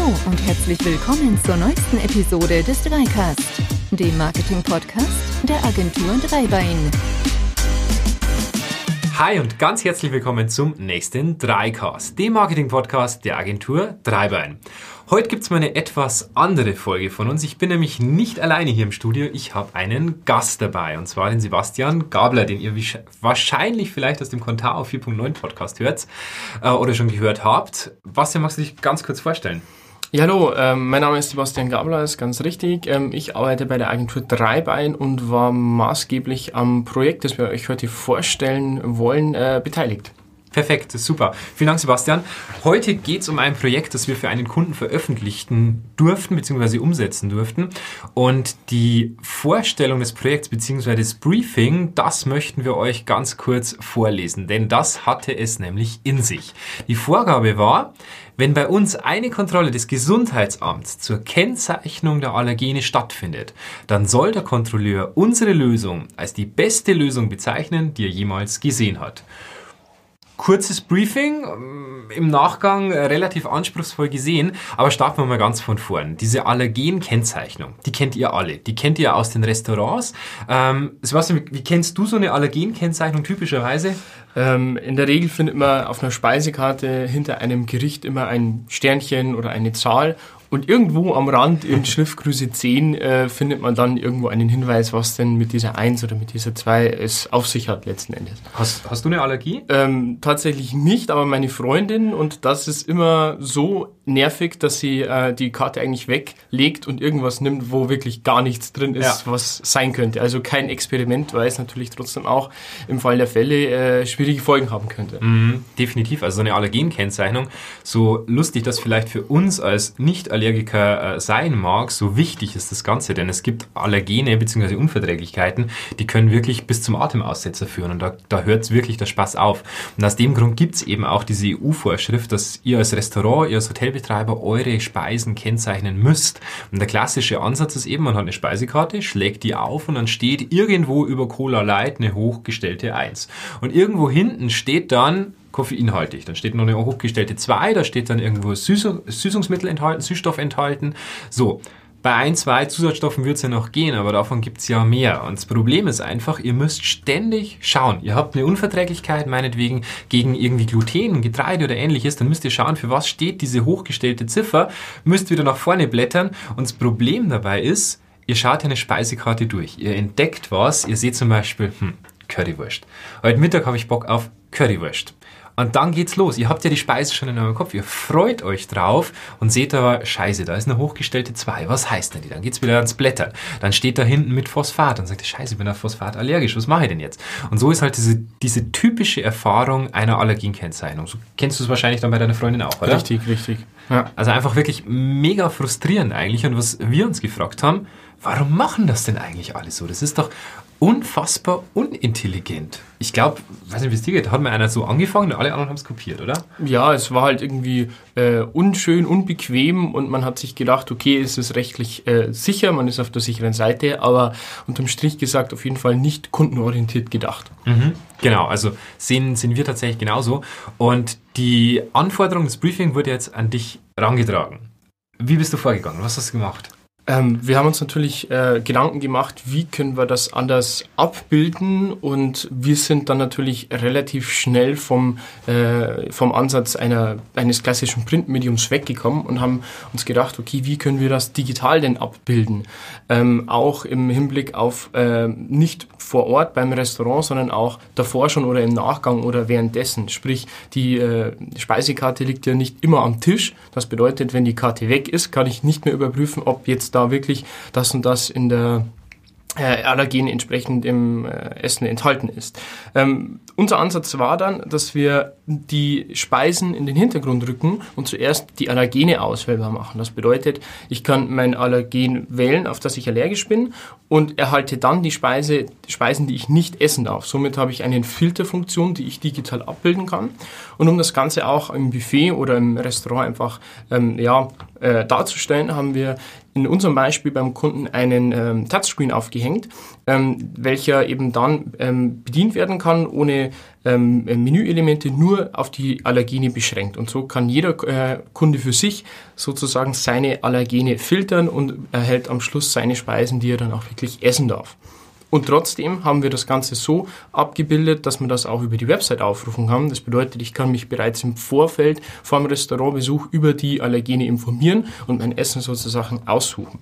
Hallo und herzlich willkommen zur neuesten Episode des Dreicast, dem Marketing-Podcast der Agentur Dreibein. Hi und ganz herzlich willkommen zum nächsten Dreicast, dem Marketing-Podcast der Agentur Dreibein. Heute gibt es mal eine etwas andere Folge von uns. Ich bin nämlich nicht alleine hier im Studio. Ich habe einen Gast dabei, und zwar den Sebastian Gabler, den ihr wahrscheinlich vielleicht aus dem Contao 4.9 Podcast hört oder schon gehört habt. Bastian, magst du dich ganz kurz vorstellen? Ja, hallo, mein Name ist Sebastian Gabler, ist ganz richtig. Ich arbeite bei der Agentur Dreibein und war maßgeblich am Projekt, das wir euch heute vorstellen wollen, beteiligt. Perfekt, super. Vielen Dank, Sebastian. Heute geht es um ein Projekt, das wir für einen Kunden veröffentlichen durften bzw. umsetzen durften. Und die Vorstellung des Projekts bzw. das Briefing, das möchten wir euch ganz kurz vorlesen, denn das hatte es nämlich in sich. Die Vorgabe war, wenn bei uns eine Kontrolle des Gesundheitsamts zur Kennzeichnung der Allergene stattfindet, dann soll der Kontrolleur unsere Lösung als die beste Lösung bezeichnen, die er jemals gesehen hat. Kurzes Briefing, im Nachgang relativ anspruchsvoll gesehen, aber starten wir mal ganz von vorn. Diese Allergenkennzeichnung, die kennt ihr alle, die kennt ihr aus den Restaurants. Sebastian, wie kennst du so eine Allergenkennzeichnung typischerweise? In der Regel findet man auf einer Speisekarte hinter einem Gericht immer ein Sternchen oder eine Zahl. Und irgendwo am Rand in Schriftgröße 10 findet man dann irgendwo einen Hinweis, was denn mit dieser 1 oder mit dieser 2 es auf sich hat letzten Endes. Hast du eine Allergie? Tatsächlich nicht, aber meine Freundin, und das ist immer so nervig, dass sie die Karte eigentlich weglegt und irgendwas nimmt, wo wirklich gar nichts drin ist, was sein könnte. Also kein Experiment, weil es natürlich trotzdem auch im Fall der Fälle schwierige Folgen haben könnte. Definitiv, also so eine Allergenkennzeichnung, so lustig das vielleicht für uns als Nicht-Allergiker sein mag, so wichtig ist das Ganze, denn es gibt Allergene bzw. Unverträglichkeiten, die können wirklich bis zum Atemaussetzer führen, und da hört wirklich der Spaß auf. Und aus dem Grund gibt es eben auch diese EU-Vorschrift, dass ihr als Restaurant, ihr als Hotelbetreiber eure Speisen kennzeichnen müsst. Und der klassische Ansatz ist eben, man hat eine Speisekarte, schlägt die auf und dann steht irgendwo über Cola Light eine hochgestellte 1. Und irgendwo hinten steht dann koffeinhaltig. Dann steht noch eine hochgestellte 2, da steht dann irgendwo Süßungsmittel enthalten, Süßstoff enthalten. So, bei 1, 2 Zusatzstoffen wird es ja noch gehen, aber davon gibt es ja mehr. Und das Problem ist einfach, ihr müsst ständig schauen. Ihr habt eine Unverträglichkeit, meinetwegen gegen irgendwie Gluten, Getreide oder ähnliches, dann müsst ihr schauen, für was steht diese hochgestellte Ziffer, müsst wieder nach vorne blättern. Und das Problem dabei ist, ihr schaut eine Speisekarte durch. Ihr entdeckt was, ihr seht zum Beispiel, Currywurst. Heute Mittag habe ich Bock auf Currywurst. Und dann geht's los. Ihr habt ja die Speise schon in eurem Kopf. Ihr freut euch drauf und seht aber, scheiße, da ist eine hochgestellte 2. Was heißt denn die? Dann geht's wieder ans Blättern. Dann steht da hinten mit Phosphat und sagt, scheiße, ich bin auf Phosphat allergisch. Was mache ich denn jetzt? Und so ist halt diese typische Erfahrung einer Allergenkennzeichnung. So kennst du es wahrscheinlich dann bei deiner Freundin auch, oder? Richtig. Ja. Also einfach wirklich mega frustrierend eigentlich. Und was wir uns gefragt haben, warum machen das denn eigentlich alle so? Das ist doch unfassbar unintelligent. Ich glaube, weiß nicht, wie es dir geht, hat mir einer so angefangen und alle anderen haben es kopiert, oder? Ja, es war halt irgendwie unschön, unbequem, und man hat sich gedacht, okay, es ist rechtlich sicher, man ist auf der sicheren Seite, aber unterm Strich gesagt auf jeden Fall nicht kundenorientiert gedacht. Genau, also sehen wir tatsächlich genauso. Und die Anforderung des Briefing wurde jetzt an dich herangetragen. Wie bist du vorgegangen? Was hast du gemacht? Wir haben uns natürlich Gedanken gemacht, wie können wir das anders abbilden, und wir sind dann natürlich relativ schnell vom Ansatz eines klassischen Printmediums weggekommen und haben uns gedacht, okay, wie können wir das digital denn abbilden? Auch im Hinblick auf nicht vor Ort beim Restaurant, sondern auch davor schon oder im Nachgang oder währenddessen. Sprich, die Speisekarte liegt ja nicht immer am Tisch. Das bedeutet, wenn die Karte weg ist, kann ich nicht mehr überprüfen, ob jetzt da wirklich das und das in der Allergen entsprechend im Essen enthalten ist. Unser Ansatz war dann, dass wir die Speisen in den Hintergrund rücken und zuerst die Allergene auswählbar machen. Das bedeutet, ich kann mein Allergen wählen, auf das ich allergisch bin, und erhalte dann die Speisen, die ich nicht essen darf. Somit habe ich eine Filterfunktion, die ich digital abbilden kann. Und um das Ganze auch im Buffet oder im Restaurant einfach darzustellen, haben wir in unserem Beispiel beim Kunden einen Touchscreen aufgehängt, welcher eben dann bedient werden kann, ohne Menüelemente, nur auf die Allergene beschränkt. Und so kann jeder Kunde für sich sozusagen seine Allergene filtern und erhält am Schluss seine Speisen, die er dann auch wirklich essen darf. Und trotzdem haben wir das Ganze so abgebildet, dass man das auch über die Website aufrufen kann. Das bedeutet, ich kann mich bereits im Vorfeld vor dem Restaurantbesuch über die Allergene informieren und mein Essen sozusagen aussuchen.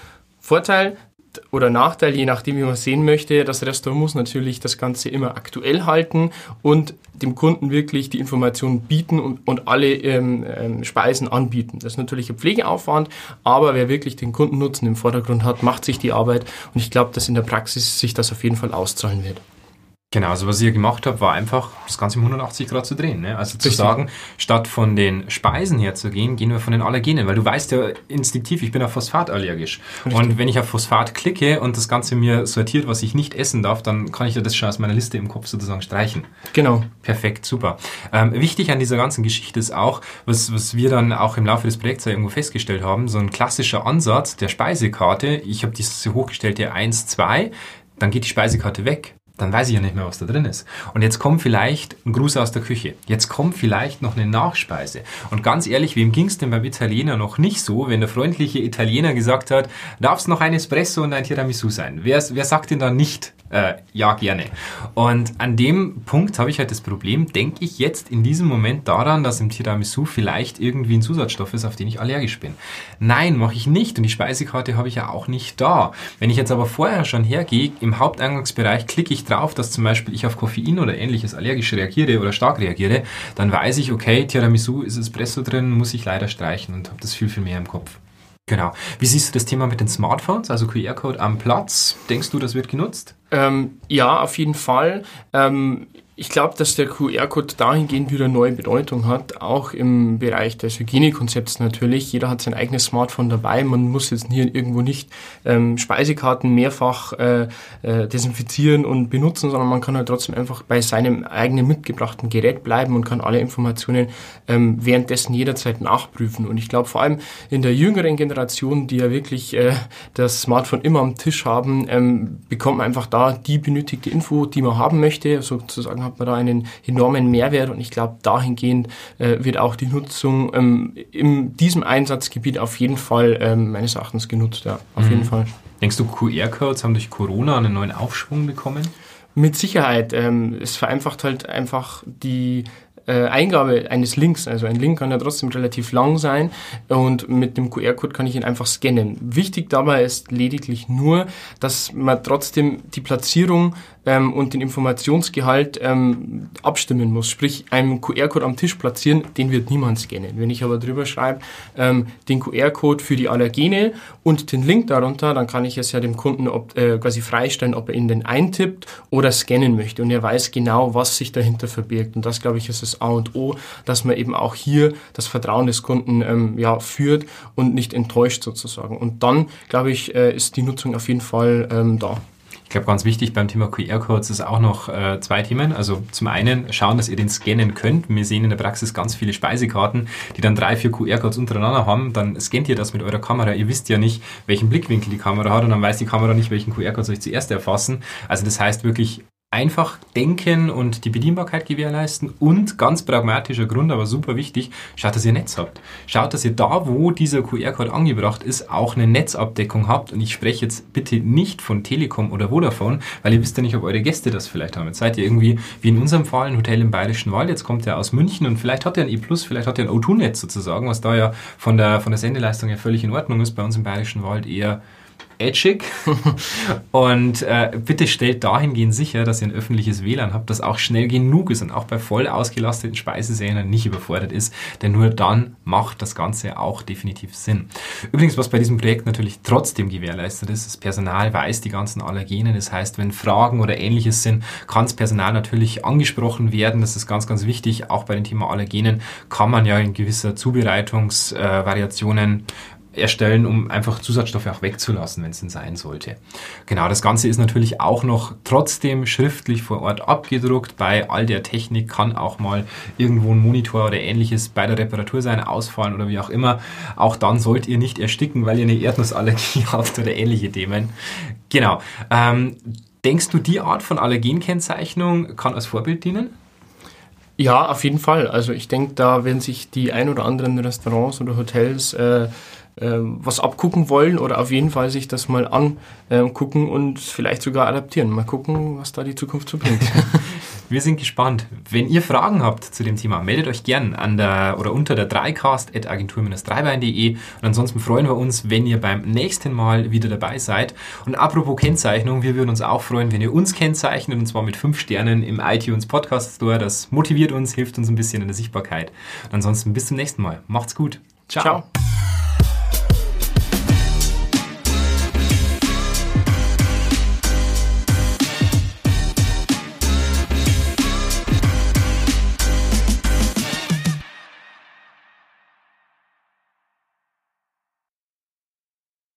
Vorteil oder Nachteil, je nachdem, wie man sehen möchte, das Restaurant muss natürlich das Ganze immer aktuell halten und dem Kunden wirklich die Informationen bieten und alle Speisen anbieten. Das ist natürlich ein Pflegeaufwand, aber wer wirklich den Kundennutzen im Vordergrund hat, macht sich die Arbeit und ich glaube, dass in der Praxis sich das auf jeden Fall auszahlen wird. Genau, also was ich gemacht habe, war einfach das Ganze um 180 Grad zu drehen. Ne? Also zu sagen, statt von den Speisen herzugehen, gehen wir von den Allergenen, weil du weißt ja instinktiv, ich bin auf Phosphat allergisch. Richtig. Und wenn ich auf Phosphat klicke und das Ganze mir sortiert, was ich nicht essen darf, dann kann ich ja das schon aus meiner Liste im Kopf sozusagen streichen. Genau. Perfekt, super. Wichtig an dieser ganzen Geschichte ist auch, was wir dann auch im Laufe des Projekts ja irgendwo festgestellt haben, so ein klassischer Ansatz der Speisekarte, ich habe dieses hochgestellte 1, 2, dann geht die Speisekarte weg. Dann weiß ich ja nicht mehr, was da drin ist. Und jetzt kommt vielleicht ein Gruß aus der Küche. Jetzt kommt vielleicht noch eine Nachspeise. Und ganz ehrlich, wem ging es denn beim Italiener noch nicht so, wenn der freundliche Italiener gesagt hat, darf es noch ein Espresso und ein Tiramisu sein? Wer sagt denn da nicht, ja, gerne? Und an dem Punkt habe ich halt das Problem, denke ich jetzt in diesem Moment daran, dass im Tiramisu vielleicht irgendwie ein Zusatzstoff ist, auf den ich allergisch bin. Nein, mache ich nicht. Und die Speisekarte habe ich ja auch nicht da. Wenn ich jetzt aber vorher schon hergehe, im Haupteingangsbereich klicke ich drauf, dass zum Beispiel ich auf Koffein oder ähnliches allergisch reagiere oder stark reagiere, dann weiß ich, okay, Tiramisu ist Espresso drin, muss ich leider streichen und habe das viel, viel mehr im Kopf. Genau. Wie siehst du das Thema mit den Smartphones, also QR-Code am Platz? Denkst du, das wird genutzt? Ja, auf jeden Fall. Ich glaube, dass der QR-Code dahingehend wieder neue Bedeutung hat, auch im Bereich des Hygienekonzepts natürlich. Jeder hat sein eigenes Smartphone dabei. Man muss jetzt hier irgendwo nicht Speisekarten mehrfach desinfizieren und benutzen, sondern man kann halt trotzdem einfach bei seinem eigenen mitgebrachten Gerät bleiben und kann alle Informationen währenddessen jederzeit nachprüfen. Und ich glaube, vor allem in der jüngeren Generation, die ja wirklich das Smartphone immer am Tisch haben, bekommt man einfach da die benötigte Info, die man haben möchte. Sozusagen hat man da einen enormen Mehrwert und ich glaube, dahingehend wird auch die Nutzung in diesem Einsatzgebiet auf jeden Fall meines Erachtens genutzt. Ja, auf jeden Fall. Denkst du, QR-Codes haben durch Corona einen neuen Aufschwung bekommen? Mit Sicherheit. Es vereinfacht halt einfach die Eingabe eines Links. Also ein Link kann ja trotzdem relativ lang sein und mit dem QR-Code kann ich ihn einfach scannen. Wichtig dabei ist lediglich nur, dass man trotzdem die Platzierung und den Informationsgehalt abstimmen muss. Sprich, einen QR-Code am Tisch platzieren, den wird niemand scannen. Wenn ich aber drüber schreibe, den QR-Code für die Allergene und den Link darunter, dann kann ich es ja dem Kunden quasi freistellen, ob er ihn denn eintippt oder scannen möchte. Und er weiß genau, was sich dahinter verbirgt. Und das, glaube ich, ist das A und O, dass man eben auch hier das Vertrauen des Kunden führt und nicht enttäuscht sozusagen. Und dann, glaube ich, ist die Nutzung auf jeden Fall da. Ich glaube, ganz wichtig beim Thema QR-Codes ist auch noch zwei Themen. Also zum einen schauen, dass ihr den scannen könnt. Wir sehen in der Praxis ganz viele Speisekarten, die dann 3, 4 QR-Codes untereinander haben. Dann scannt ihr das mit eurer Kamera. Ihr wisst ja nicht, welchen Blickwinkel die Kamera hat und dann weiß die Kamera nicht, welchen QR-Code soll ich zuerst erfassen. Also das heißt wirklich einfach denken und die Bedienbarkeit gewährleisten und ganz pragmatischer Grund, aber super wichtig, schaut, dass ihr Netz habt. Schaut, dass ihr da, wo dieser QR-Code angebracht ist, auch eine Netzabdeckung habt und ich spreche jetzt bitte nicht von Telekom oder Vodafone, weil ihr wisst ja nicht, ob eure Gäste das vielleicht haben. Jetzt seid ihr irgendwie, wie in unserem Fall, ein Hotel im Bayerischen Wald, jetzt kommt er aus München und vielleicht hat er ein E+, vielleicht hat er ein O2-Netz sozusagen, was da ja von der Sendeleistung ja völlig in Ordnung ist, bei uns im Bayerischen Wald eher edgig und bitte stellt dahingehend sicher, dass ihr ein öffentliches WLAN habt, das auch schnell genug ist und auch bei voll ausgelasteten Speisesälen nicht überfordert ist, denn nur dann macht das Ganze auch definitiv Sinn. Übrigens, was bei diesem Projekt natürlich trotzdem gewährleistet ist, das Personal weiß die ganzen Allergene, das heißt, wenn Fragen oder ähnliches sind, kann das Personal natürlich angesprochen werden, das ist ganz, ganz wichtig, auch bei dem Thema Allergenen kann man ja in gewisser Zubereitungsvariationen erstellen, um einfach Zusatzstoffe auch wegzulassen, wenn es denn sein sollte. Genau, das Ganze ist natürlich auch noch trotzdem schriftlich vor Ort abgedruckt. Bei all der Technik kann auch mal irgendwo ein Monitor oder ähnliches bei der Reparatur sein, ausfallen oder wie auch immer. Auch dann sollt ihr nicht ersticken, weil ihr eine Erdnussallergie habt oder ähnliche Themen. Genau. Denkst du, die Art von Allergenkennzeichnung kann als Vorbild dienen? Ja, auf jeden Fall. Also ich denke, da werden sich die ein oder anderen Restaurants oder Hotels was abgucken wollen oder auf jeden Fall sich das mal angucken und vielleicht sogar adaptieren. Mal gucken, was da die Zukunft so bringt. Wir sind gespannt. Wenn ihr Fragen habt zu dem Thema, meldet euch gern unter der dreiecast@agentur-dreibein.de und ansonsten freuen wir uns, wenn ihr beim nächsten Mal wieder dabei seid. Und apropos Kennzeichnung, wir würden uns auch freuen, wenn ihr uns kennzeichnet und zwar mit 5 Sternen im iTunes Podcast Store. Das motiviert uns, hilft uns ein bisschen in der Sichtbarkeit. Und ansonsten bis zum nächsten Mal. Macht's gut. Ciao.